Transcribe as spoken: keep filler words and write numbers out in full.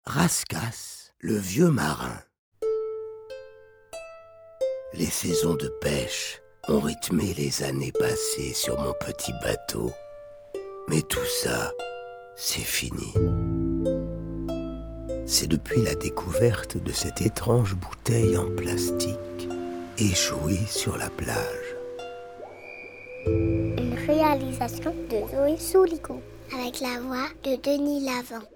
Rascasse, le vieux marin. Les saisons de pêche ont rythmé les années passées sur mon petit bateau. Mais tout ça, c'est fini. C'est depuis la découverte de cette étrange bouteille en plastique échouée sur la plage. Une réalisation de Zoé Soulico avec la voix de Denis Lavant.